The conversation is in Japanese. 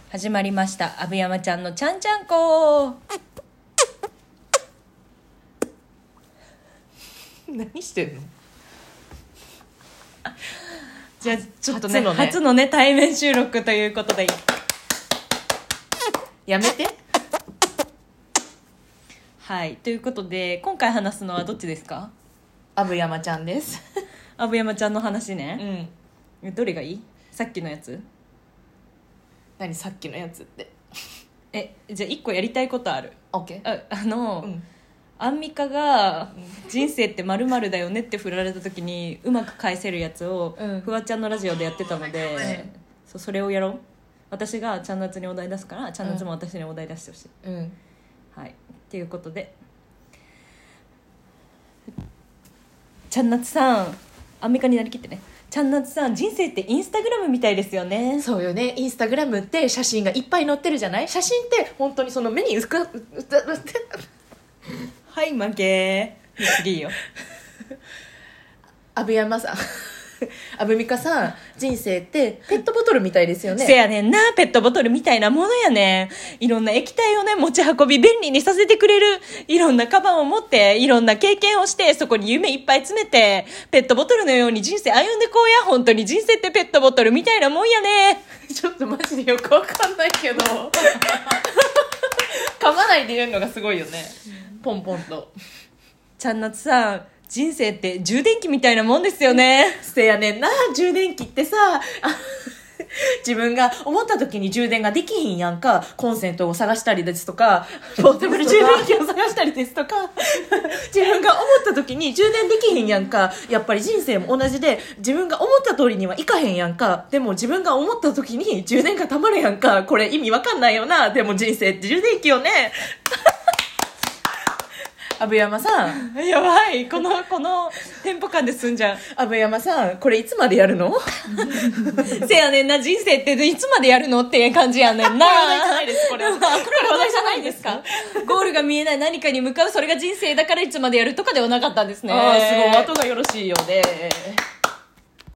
始まりました阿部山ちゃんのちゃんちゃんこ。 何してんの？ じゃあちょっとね初のね対面収録ということでやめて。 はいということで今回話すのはどっちですか？ 阿部山ちゃんです。 阿部山ちゃんの話ね、どれがいい？さっきのやつ？ 何さっきのやつって。 じゃあ1個やりたいことある。 オッケー。 アンミカが人生って〇〇だよねって振られた時にうまく返せるやつをフワちゃんのラジオでやってたので、それをやろう。私がちゃんなつにお題出すからちゃんなつも私にお題出してほしい。はいということで、ちゃんなつさん、アンミカになりきってね。ちゃんなつさん、人生ってインスタグラムみたいですよね。 そうよね。インスタグラムって写真がいっぱい載ってるじゃない。写真って本当にその目に浮かはい負け。次いいよ。 阿部山さん阿部美香さん、人生ってペットボトルみたいですよね。 せやねんな。ペットボトルみたいなものやねん。いろんな液体をね持ち運び便利にさせてくれる、いろんなカバンを持っていろんな経験をして、そこに夢いっぱい詰めてペットボトルのように人生歩んでこうや。本当に人生ってペットボトルみたいなもんやね。 ちょっとマジでよくわかんないけど噛まないで言うのがすごいよね。ポンポンと。 ちゃんなつさん、人生って充電器みたいなもんですよね。 せやねんな。充電器ってさ、自分が思った時に充電ができひんやんか。コンセントを探したりですとか、ポータブル充電器を探したりですとか自分が思った時に充電できひんやんか。やっぱり人生も同じで、自分が思った通りにはいかへんやんか。でも自分が思った時に充電がたまるやんか。これ意味わかんないよな。でも人生って充電器よね阿部山さん、 やばい、このテンポ感で済んじゃう。 阿部山さん、これいつまでやるのせやねんな。人生っていつまでやるのっていう感じやねんな。 これ話題じゃないです。これ話題じゃないですか。ゴールが見えない何かに向かう、それが人生だからいつまでやるとかではなかったんですね。 すごい後がよろしいようで